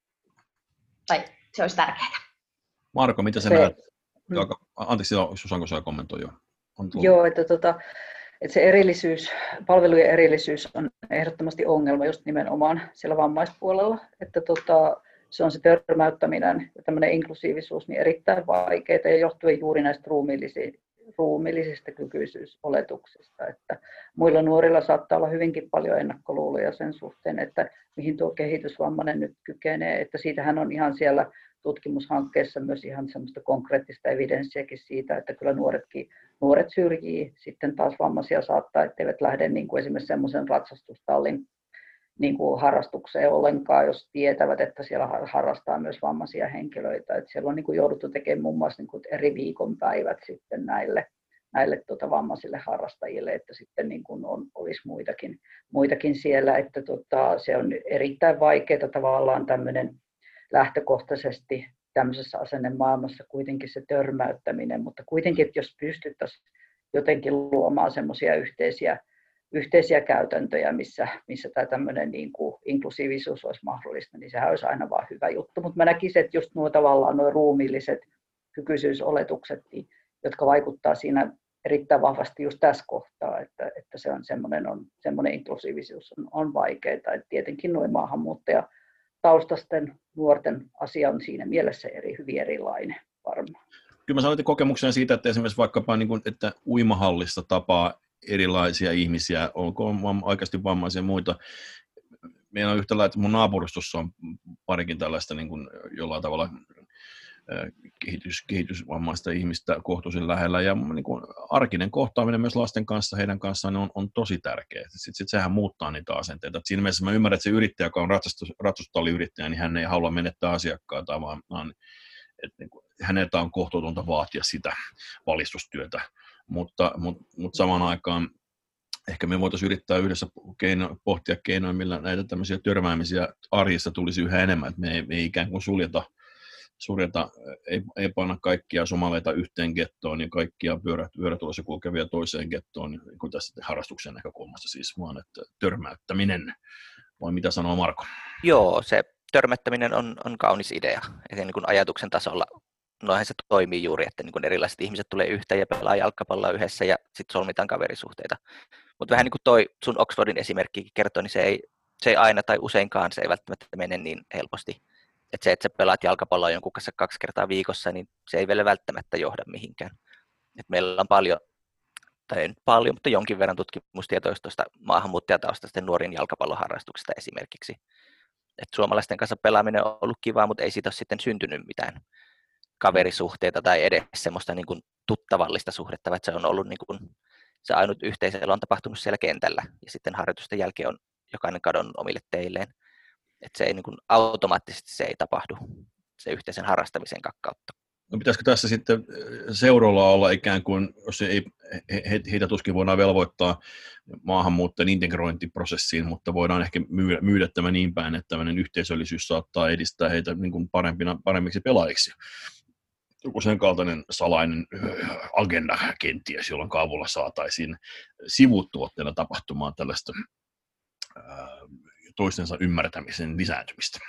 tai se olisi tärkeää. Marko, mitä sä näet? Hmm. Anteeksi, Susanko saa kommentoi jo. Joo, että, tota, että se erillisyys, palvelujen erillisyys on ehdottomasti ongelma just nimenomaan siellä vammaispuolella, että tota, se on se törmäyttäminen ja tämmöinen inklusiivisuus niin erittäin vaikeaa ja johtuen juuri näistä ruumiillisista, ruumiillisista kykyisyysoletuksista. Että muilla nuorilla saattaa olla hyvinkin paljon ennakkoluuloja sen suhteen, että mihin tuo kehitysvammainen nyt kykenee. Että siitähän on ihan siellä tutkimushankkeessa myös ihan semmoista konkreettista evidenssiäkin siitä, että kyllä nuoretkin, nuoret syrjii. Sitten taas vammaisia saattaa, etteivät lähde niin kuin esimerkiksi semmoisen ratsastustallin niin kuin harrastukseen ollenkaan, jos tietävät, että siellä harrastaa myös vammaisia henkilöitä. Että siellä on niin kuin jouduttu tekemään muun muassa niin kuin eri viikonpäivät sitten näille, näille tota vammaisille harrastajille, että sitten niin kuin on, olisi muitakin, muitakin siellä. Että tota, se on erittäin vaikeaa tavallaan tämmöinen lähtökohtaisesti tämmöisessä asennemaailmassa kuitenkin se törmäyttäminen, mutta kuitenkin, että jos pystyttäisiin jotenkin luomaan semmoisia yhteisiä yhteisiä käytäntöjä, missä, missä tämä tämmöinen niin kuin inklusiivisuus olisi mahdollista, niin sehän olisi aina vaan hyvä juttu. Mutta mä näkisin, että just nuo tavallaan nuo ruumiilliset kykyisyysoletukset, niin, jotka vaikuttaa siinä erittäin vahvasti just tässä kohtaa, että, että se on semmoinen, on, semmoinen inklusiivisuus on, on vaikeaa. Et tietenkin nuo maahanmuuttajataustaisten taustasten nuorten asia on siinä mielessä eri, hyvin erilainen varmaan. Kyllä mä sanoin kokemuksia siitä, että esimerkiksi vaikkapa niin kuin, että uimahallista tapaa erilaisia ihmisiä, olkoon oikeasti vammaisia ja muita. Meillä on yhtä lailla, että mun naapuristossa on parikin tällaista niin kuin jollain tavalla kehitys, kehitysvammaista ihmistä kohtuullisen lähellä, ja niin kuin arkinen kohtaaminen myös lasten kanssa, heidän kanssaan on, on tosi tärkeää. Sitten sit sehän muuttaa niitä asenteita. Et siinä mielessä mä ymmärrän, että se yrittäjä, joka on ratsastalliyrittäjä, niin hän ei halua menettää asiakkaita, vaan, vaan että niin kuin, häneltä on kohtuutonta vaatia sitä valistustyötä, mutta, mutta, mutta samaan aikaan ehkä me voitaisiin yrittää yhdessä keino, pohtia keinoja, millä näitä tämmöisiä törmäämisiä arjessa tulisi yhä enemmän, että me ei, me ei ikään kuin suljeta, suljeta, ei, ei panna kaikkia somaleita yhteen gettoon ja kaikkia pyörät, pyörätulossa kulkevia toiseen gettoon, niin kuin tässä harrastuksen näkökulmasta siis, vaan että törmäyttäminen, vai mitä sanoo Marko? Joo, se törmättäminen on, on kaunis idea, että niin kuin ajatuksen tasolla noinhan se toimii juuri, että niin kuin erilaiset ihmiset tulee yhteen ja pelaa jalkapalloa yhdessä ja sitten solmitaan kaverisuhteita. Mutta vähän niin kuin toi sun Oxfordin esimerkkikin kertoo, niin se ei, se ei aina tai useinkaan se ei välttämättä mene niin helposti. Että se, että sä pelaat jalkapalloa jonkun kanssa kaksi kertaa viikossa, niin se ei vielä välttämättä johda mihinkään. Et meillä on paljon, tai ei nyt paljon, mutta jonkin verran tutkimustietoistosta maahanmuuttajataustaisten nuorien jalkapalloharrastuksesta esimerkiksi. Et suomalaisten kanssa pelaaminen on ollut kivaa, mutta ei siitä ole sitten syntynyt mitään kaverisuhteita tai edes semmoista niin kuin tuttavallista suhdetta, että se on ollut niin kuin, se ainut yhteisö on tapahtunut siellä kentällä ja sitten harjoitusten jälkeen on jokainen kadonnut omille teilleen. Että se ei niin kuin, automaattisesti se ei tapahdu se yhteisen harrastamisen kautta. No pitäisikö tässä sitten seurolla olla ikään kuin, jos ei, he, heitä tuskin voidaan velvoittaa maahanmuuttajan integrointiprosessiin, mutta voidaan ehkä myydä, myydä tämä niin päin, että tämmöinen yhteisöllisyys saattaa edistää heitä niin kuin parempina, paremmiksi pelaajiksi. Joku sen kaltainen salainen agenda kenties, jolloin avulla saataisiin sivutuotteella tapahtumaan tällaista ää, toistensa ymmärtämisen lisääntymistä.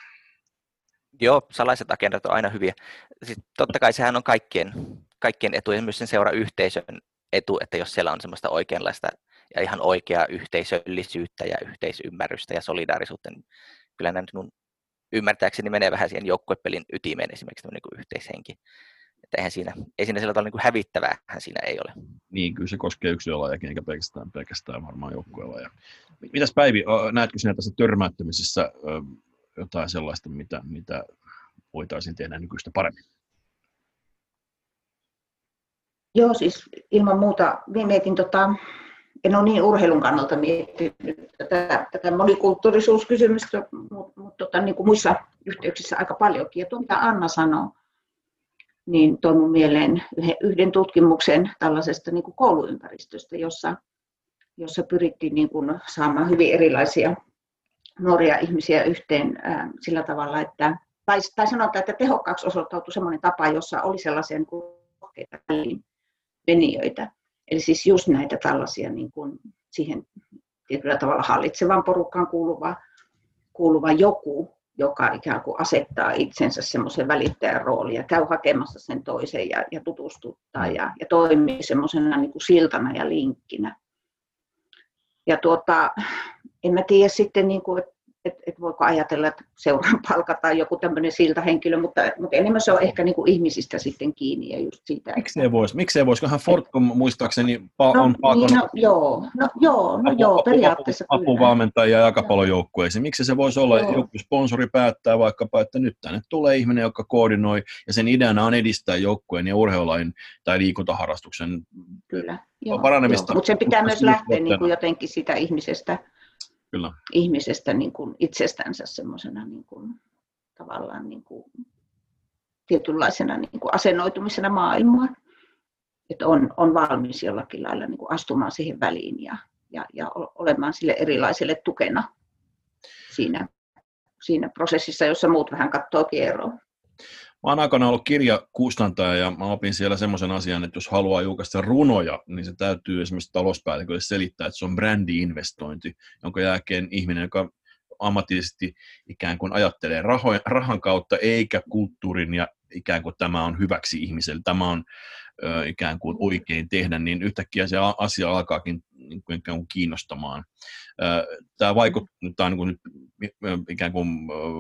Joo, salaiset agendat on aina hyviä. Sitten totta kai sehän on kaikkien, kaikkien etu ja myös sen seurayhteisön etu, että jos siellä on semmoista oikeanlaista ja ihan oikeaa yhteisöllisyyttä ja yhteisymmärrystä ja solidaarisuutta, niin kyllä nämä minun ymmärtääkseni menee vähän siihen joukkuepelin ytimeen esimerkiksi tämmöinen niin kuin yhteishenki. Että eihän siinä, ei siinä sillä tavalla niin kuin hävittäväähän siinä ei ole. Niin, kyllä se koskee yksilölajeja, eikä pelkästään, pelkästään varmaan joukkuelajeja. Mitäs Päivi, näetkö sinä tässä törmäyttämisessä jotain sellaista, mitä, mitä voitaisiin tehdä nykyistä paremmin? Joo, siis ilman muuta mietin, tota, en ole niin urheilun kannalta miettinyt tätä, tätä monikulttuurisuuskysymystä, mutta mut, tota, niin kuin muissa yhteyksissä aika paljonkin. Ja tuo, mitä Anna sanoi, niin toi mun mieleen yhden tutkimuksen tällaisesta niin kuin kouluympäristöstä, jossa, jossa pyrittiin niin kuin saamaan hyvin erilaisia nuoria ihmisiä yhteen ää, sillä tavalla, että, tai, tai sanotaan, että tehokkaaksi osoittautui sellainen tapa, jossa oli sellaisia niin kuin rohkeita väliinvenijöitä. Eli siis just näitä tällaisia niin kuin siihen tietyllä tavalla hallitsevan porukkaan kuuluva, kuuluva joku, joka ikään kuin asettaa itsensä semmoisen välittäjän rooliin ja käy hakemassa sen toisen ja, ja tutustuttaa ja, ja toimii semmoisena niin kuin siltana ja linkkinä. Ja tuota, en mä tiedä sitten, niin kuin, että et, et voiko ajatella, että seuraan palkataan joku tämmöinen siltahenkilö, mutta, mutta enemmän se on ehkä niin kuin ihmisistä sitten kiinni ja just siitä. Miksei voisi? Miksei voisi? Kohan Fortum muistaakseni pa- no, on palkannut niin, no, joo, no, joo, no, apu, joo, periaatteessa apu, kyllä. Apuvalmentajia jalkapallojoukkueisiin. Miksi se voisi olla, joo. joku sponsori päättää vaikkapa, että nyt tänne tulee ihminen, joka koordinoi, ja sen ideana on edistää joukkueen ja urheilulain tai liikuntaharrastuksen kyllä, joo, paranemista. Mutta sen pitää myös lähteä niin kuin jotenkin sitä ihmisestä, kyllä. ihmisestä niin kuin itsestänsä semmoisena niin kuin, tavallaan niin kuin, tietynlaisena niin kuin asennoitumisena maailmaan. Että on, on valmis jollakin lailla niin kuin astumaan siihen väliin ja, ja, ja olemaan sille erilaiselle tukena siinä, siinä prosessissa, jossa muut vähän katsoo kierroon. Mä oon aikanaan ollut kirjakustantaja ja mä opin siellä semmoisen asian, että jos haluaa julkaista runoja, niin se täytyy esimerkiksi talouspäällikölle selittää, että se on brändi-investointi, jonka jälkeen ihminen, joka ammatillisesti ikään kuin ajattelee rahoja, rahan kautta eikä kulttuurin ja ikään kuin tämä on hyväksi ihmiselle, tämä on ö, ikään kuin oikein tehdä, niin yhtäkkiä se asia alkaakin niin kuin ikään kuin kiinnostamaan. Ö, tämä vaikuttaa niin kuin nyt ikään kuin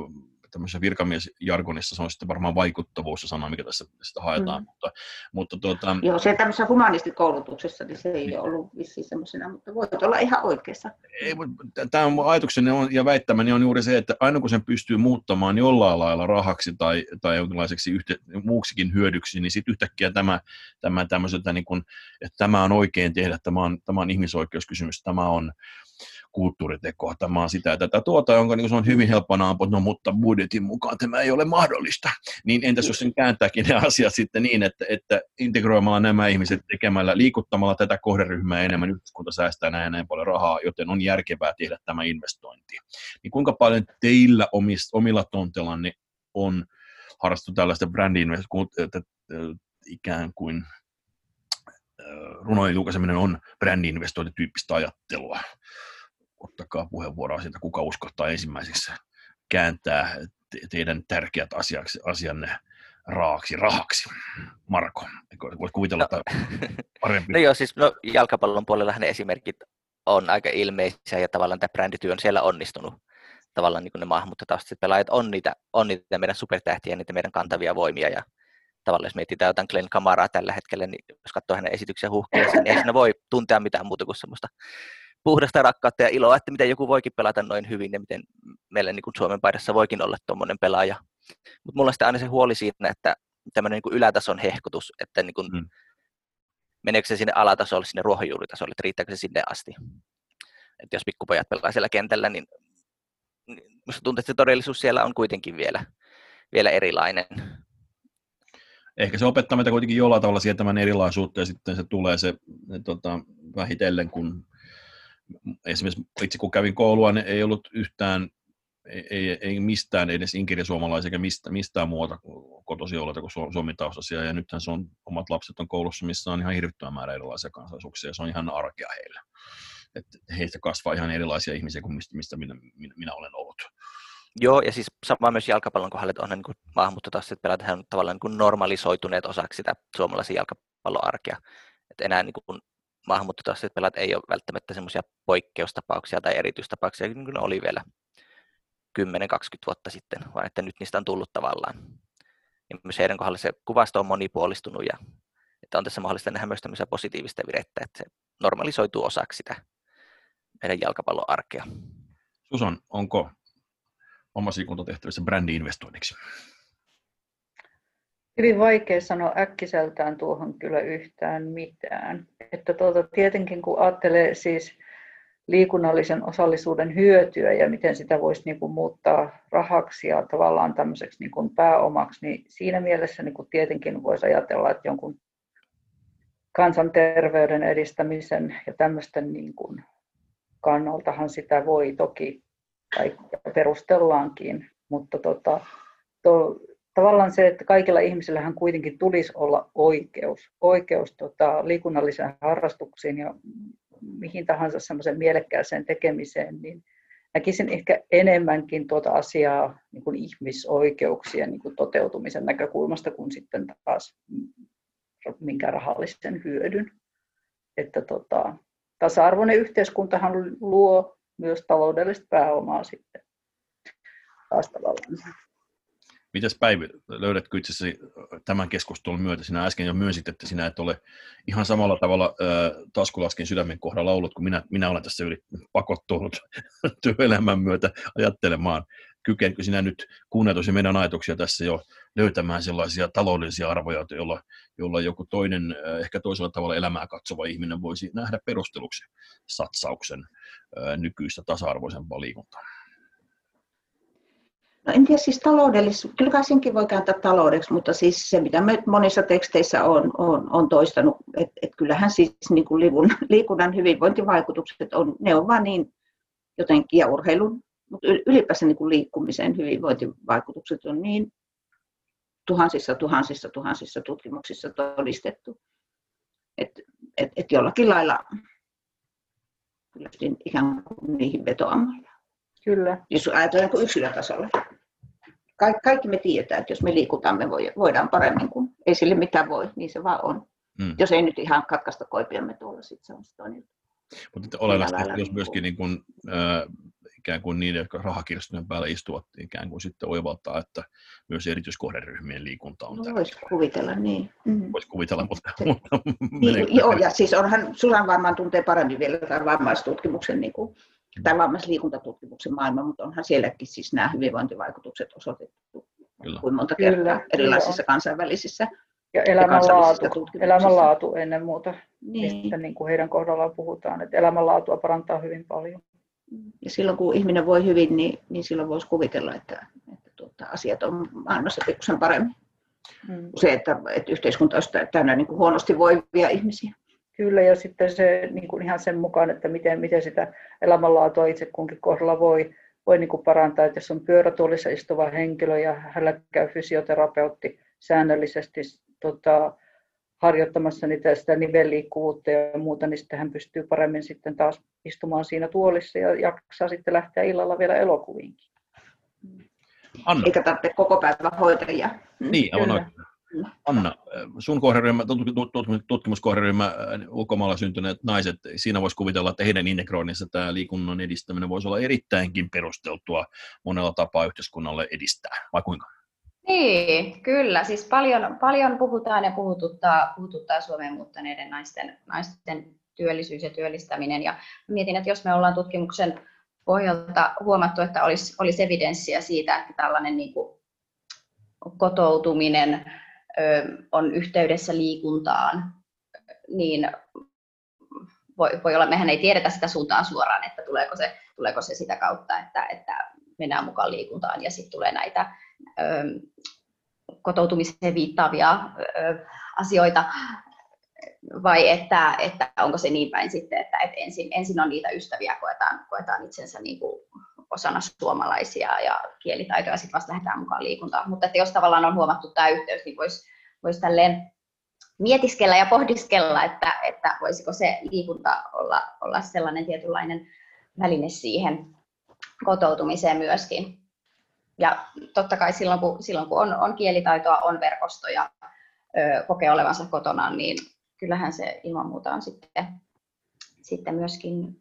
tämmöisessä virkamiesjargonissa se on sitten varmaan vaikuttavuus se sana, mikä tässä sitä haetaan. Mm. Mutta, mutta tuota, joo, se tämmöisessä humanistikoulutuksessa, niin se ei niin. ole ollut vissiin semmoisena, mutta voit olla ihan oikeassa. Tämä ajatukseni on, ja väittämäni on juuri se, että aina kun sen pystyy muuttamaan jollain lailla rahaksi tai, tai jonkinlaiseksi yhte, muuksikin hyödyksi, niin sitten yhtäkkiä tämä, tämä, tämmöiseltä, niin kuin, että tämä on oikein tehdä, tämä on, tämä on ihmisoikeuskysymys, tämä on kulttuuriteko, tämä on sitä, tätä tuota, jonka niin se on hyvin helppona ampua, no mutta budjetin mukaan tämä ei ole mahdollista. Niin entäs jos sen kääntääkin ne asiat sitten niin, että, että integroimalla nämä ihmiset tekemällä, liikuttamalla tätä kohderyhmää enemmän, yhteiskunta säästää näin ja näin paljon rahaa, joten on järkevää tehdä tämä investointi. Niin kuinka paljon teillä omist, omilla tonteillanne on harrastettu tällaista brändi-investointia, ikään kuin runojen julkaiseminen on brändi-investointityyppistä ajattelua? Ottakaa puheenvuoroa siitä, kuka uskottaa ensimmäiseksi kääntää te- teidän tärkeät asiaksi, asianne raaksi rahaksi. Marko, voit kuvitella, että parempi. No joo, siis no, jalkapallon puolellahan ne esimerkit on aika ilmeisiä ja tavallaan tämä brändityö on siellä onnistunut. Tavallaan niin kuin ne maahanmuuttotaustaiset pelaajat on niitä, on niitä meidän supertähtiä, niitä meidän kantavia voimia ja tavallaan jos mietitään jotain Glenn Camaraa tällä hetkellä, niin jos katsoo hänen esityksiä huuhkeessa, niin ei siinä voi tuntea mitään muuta kuin semmoista puhdasta rakkautta ja iloa, että miten joku voikin pelata noin hyvin ja miten meillä niin kuin Suomen paidassa voikin olla tuommoinen pelaaja. Mutta mulla on sitten aina se huoli siinä, että tämmöinen niin kuin ylätason hehkutus, että niin kuin, mm. meneekö se sinne alatasolle, sinne ruohonjuuritasolle, että riittääkö se sinne asti. Että jos pikkupojat pelaa siellä kentällä, niin musta tuntuu, että se todellisuus siellä on kuitenkin vielä, vielä erilainen. Ehkä se opettaa meitä kuitenkin jollain tavalla sietämään erilaisuutta ja sitten se tulee se, se tota, vähitellen, kun esimerkiksi itse kun kävin koulua, niin ei ollut yhtään, ei, ei, ei mistään edes inkirisuomalaisia eikä mistä, mistään muuta kotoisin olleita kuin suomitaustaisia. Ja nythän se on, omat lapset on koulussa, missä on ihan hirvittävän määrä erilaisia kansallisuuksia ja se on ihan arkea heillä. Että heistä kasvaa ihan erilaisia ihmisiä kuin mistä, mistä minä, minä, minä olen ollut. Joo, ja siis sama myös jalkapallon kohdalla, että onhan niin maahanmuuttotaustaiset pelaajat on tavallaan niin kuin normalisoituneet osaksi sitä suomalaisen jalkapallon arkea. Että enää niin kuin maahanmuuttotaustaiset pelaajat ei ole välttämättä semmoisia poikkeustapauksia tai erityistapauksia, niin kuin ne oli vielä kymmenen kaksikymmentä vuotta sitten, vaan että nyt niistä on tullut tavallaan. Ja myös heidän kohdalla se kuvasto on monipuolistunut ja että on tässä mahdollista nähdä myös tämmöisiä positiivista virettä, että se normalisoituu osaksi sitä meidän jalkapallon arkea. Susan, onko omaisikuntatehtävissä brändi-investoinniksi? Hyvin vaikea sanoa äkkiseltään tuohon kyllä yhtään mitään. Että tuota, tietenkin kun ajattelee siis liikunnallisen osallisuuden hyötyä ja miten sitä voisi niin kuin muuttaa rahaksi ja tavallaan tämmöiseksi niin kuin pääomaksi, niin siinä mielessä niin kuin tietenkin voisi ajatella, että jonkun kansanterveyden edistämisen ja tämmöisten niin kuin kannaltahan sitä voi toki tai perustellaankin, mutta tota, to, tavallaan se, että kaikilla ihmisillähän kuitenkin tulisi olla oikeus, oikeus tota, liikunnalliseen harrastuksiin ja mihin tahansa semmoisen mielekkääseen tekemiseen, niin näkisin ehkä enemmänkin tuota asiaa niin kuin ihmisoikeuksien niin kuin toteutumisen näkökulmasta kuin sitten taas minkään rahallisen hyödyn. Että tota, tasa-arvoinen yhteiskuntahan luo myös taloudellista pääomaa sitten taas tavallaan. Mitäs Päivi, löydätkö itsesi tämän keskustelun myötä? Sinä äsken jo myönsit, että sinä et ole ihan samalla tavalla äh, taskulaskin sydämen kohdalla ollut, kun minä, minä olen tässä yli pakottunut työelämän myötä ajattelemaan. Kykenkö sinä nyt kuunneltuisi meidän ajatuksia tässä jo löytämään sellaisia taloudellisia arvoja, joilla, joilla joku toinen, äh, ehkä toisella tavalla elämää katsova ihminen voisi nähdä perusteluksi satsauksen äh, nykyistä tasa-arvoisempaa liikuntaa? No en tiedä siis taloudellisuus, kyllä kai senkin voi kääntää taloudeksi, mutta siis se mitä me monissa teksteissä on, on, on toistanut, että et kyllähän siis niin kuin liikun, liikunnan hyvinvointivaikutukset on, ne on vaan niin jotenkin ja urheilun, mutta ylipäänsä niin kuin liikkumisen hyvinvointivaikutukset on niin tuhansissa, tuhansissa, tuhansissa tutkimuksissa todistettu, että et, et jollakin lailla kyllä ikään kuin niihin vetoamalla. Kyllä. Jos ajatellaan niin yksilötasolla. Ka- kaikki me tiedetään, että jos me liikutaan, me voidaan paremmin, kun ei sille mitään voi, niin se vaan on. Mm. Jos ei nyt ihan katkaista koipiamme tuolla, sitten se on toinen. Mutta olennaista, jos myöskin niin kuin, äh, ikään kuin niiden, jotka rahakirstujen päällä istuvat, ikään kuin sitten oivaltaa, että myös erityiskohderyhmien liikunta on tärkeää. Voisi kuvitella, niin. Mm. Voisi kuvitella, mutta... mutta niin, joo, ja siis onhan, Susan varmaan tuntee paremmin vielä tämän vammaistutkimuksen niin kuin, tai vammaisliikuntatutkimuksen maailma, mutta onhan sielläkin siis nämä hyvinvointivaikutukset osoitettu Kyllä. kuin monta kertaa Kyllä, erilaisissa kansainvälisissä. Ja elämänlaatu, elämänlaatu ennen muuta, niin. mistä niin kuin heidän kohdallaan puhutaan, että elämänlaatua parantaa hyvin paljon. Ja silloin kun ihminen voi hyvin, niin, niin silloin voisi kuvitella, että, että tuota, asiat on maailmassa pikkusen paremmin. Mm. Se, että, että yhteiskunta olisi täynnä niin kuin huonosti voivia ihmisiä. Kyllä, ja sitten se niin kuin ihan sen mukaan, että miten, miten sitä elämänlaatua itse kunkin kohdalla voi, voi niin kuin parantaa. Että jos on pyörätuolissa istuva henkilö ja hänellä käy fysioterapeutti säännöllisesti tota, harjoittamassa niitä, sitä nivelliikkuvuutta ja muuta, niin sitten hän pystyy paremmin sitten taas istumaan siinä tuolissa ja jaksaa sitten lähteä illalla vielä elokuviinkin. Anna. Eikä tarvitse koko päivän hoitajia. Niin, aivan oikein. Anna, sun kohderyhmä, tutkimuskohderyhmä, ulkomailla syntyneet naiset, siinä voisi kuvitella, että heidän integroinnissa tämä liikunnan edistäminen voisi olla erittäinkin perusteltua monella tapaa yhteiskunnalle edistää, vai kuinka? Niin, kyllä. Siis paljon, paljon puhutaan ja puhututtaa, puhututtaa Suomeen muuttaneiden naisten, naisten työllisyys ja työllistäminen. Ja mietin, että jos me ollaan tutkimuksen pohjalta huomattu, että olisi, olisi evidenssiä siitä, että tällainen niin kuin kotoutuminen ö, on yhteydessä liikuntaan, niin voi, voi olla, mehän ei tiedetä sitä suuntaan suoraan, että tuleeko se, tuleeko se sitä kautta, että, että mennään mukaan liikuntaan ja sitten tulee näitä ö, kotoutumiseen viittaavia ö, asioita, vai että, että onko se niin päin sitten, että, että ensin, ensin on niitä ystäviä, koetaan, koetaan itsensä niin kuin osana suomalaisia ja kielitaitoja, ja sitten vasta lähdetään mukaan liikuntaan. Mutta että jos tavallaan on huomattu tämä yhteys, niin voisi vois tälleen mietiskellä ja pohdiskella, että, että voisiko se liikunta olla, olla sellainen tietynlainen väline siihen kotoutumiseen myöskin. Ja totta kai silloin, kun, silloin, kun on, on kielitaitoa, on verkostoja, ö, kokee olevansa kotona, niin kyllähän se ilman muuta on sitten, sitten myöskin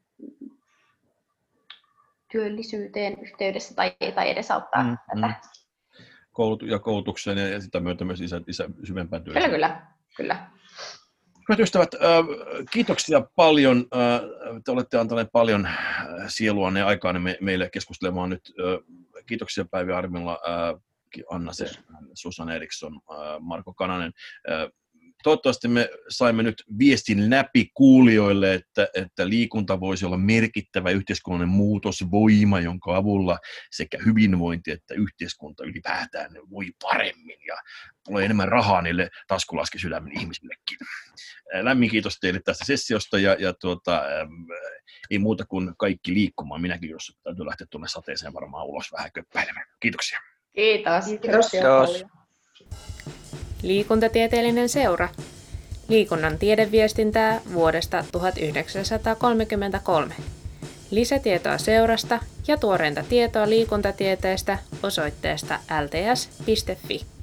työllisyyteen yhteydessä tai, tai edesauttaa mm, tätä. Mm. Koulut, ja koulutukseen ja sitä myötä myös isä, isä syvempään työllisyyteen. Kyllä, kyllä. kyllä. Hyvät ystävät, kiitoksia paljon. Te olette antaneet paljon sieluanne ja aikaa meille keskustelemaan nyt. Kiitoksia Päivi Armilla, Anna Se, Susanna Eriksson, Marko Kananen. Toivottavasti me saimme nyt viestin läpi kuulijoille, että, että liikunta voisi olla merkittävä yhteiskunnallinen muutosvoima, jonka avulla sekä hyvinvointi että yhteiskunta ylipäätään voi paremmin ja tulee enemmän rahaa niille taskulaskisydämen ihmisillekin. Lämmin kiitos teille tästä sessiosta ja, ja tuota, ähm, ei muuta kuin kaikki liikkumaan. Minäkin, jos täytyy lähteä tuonne sateeseen varmaan ulos vähän köppäilemään. Kiitoksia. Kiitos. Kiitos. Kiitos. Liikuntatieteellinen seura. Liikunnan tiedeviestintää vuodesta tuhatyhdeksänsataakolmekymmentäkolme. Lisätietoa seurasta ja tuoreinta tietoa liikuntatieteestä osoitteesta l t s piste f i.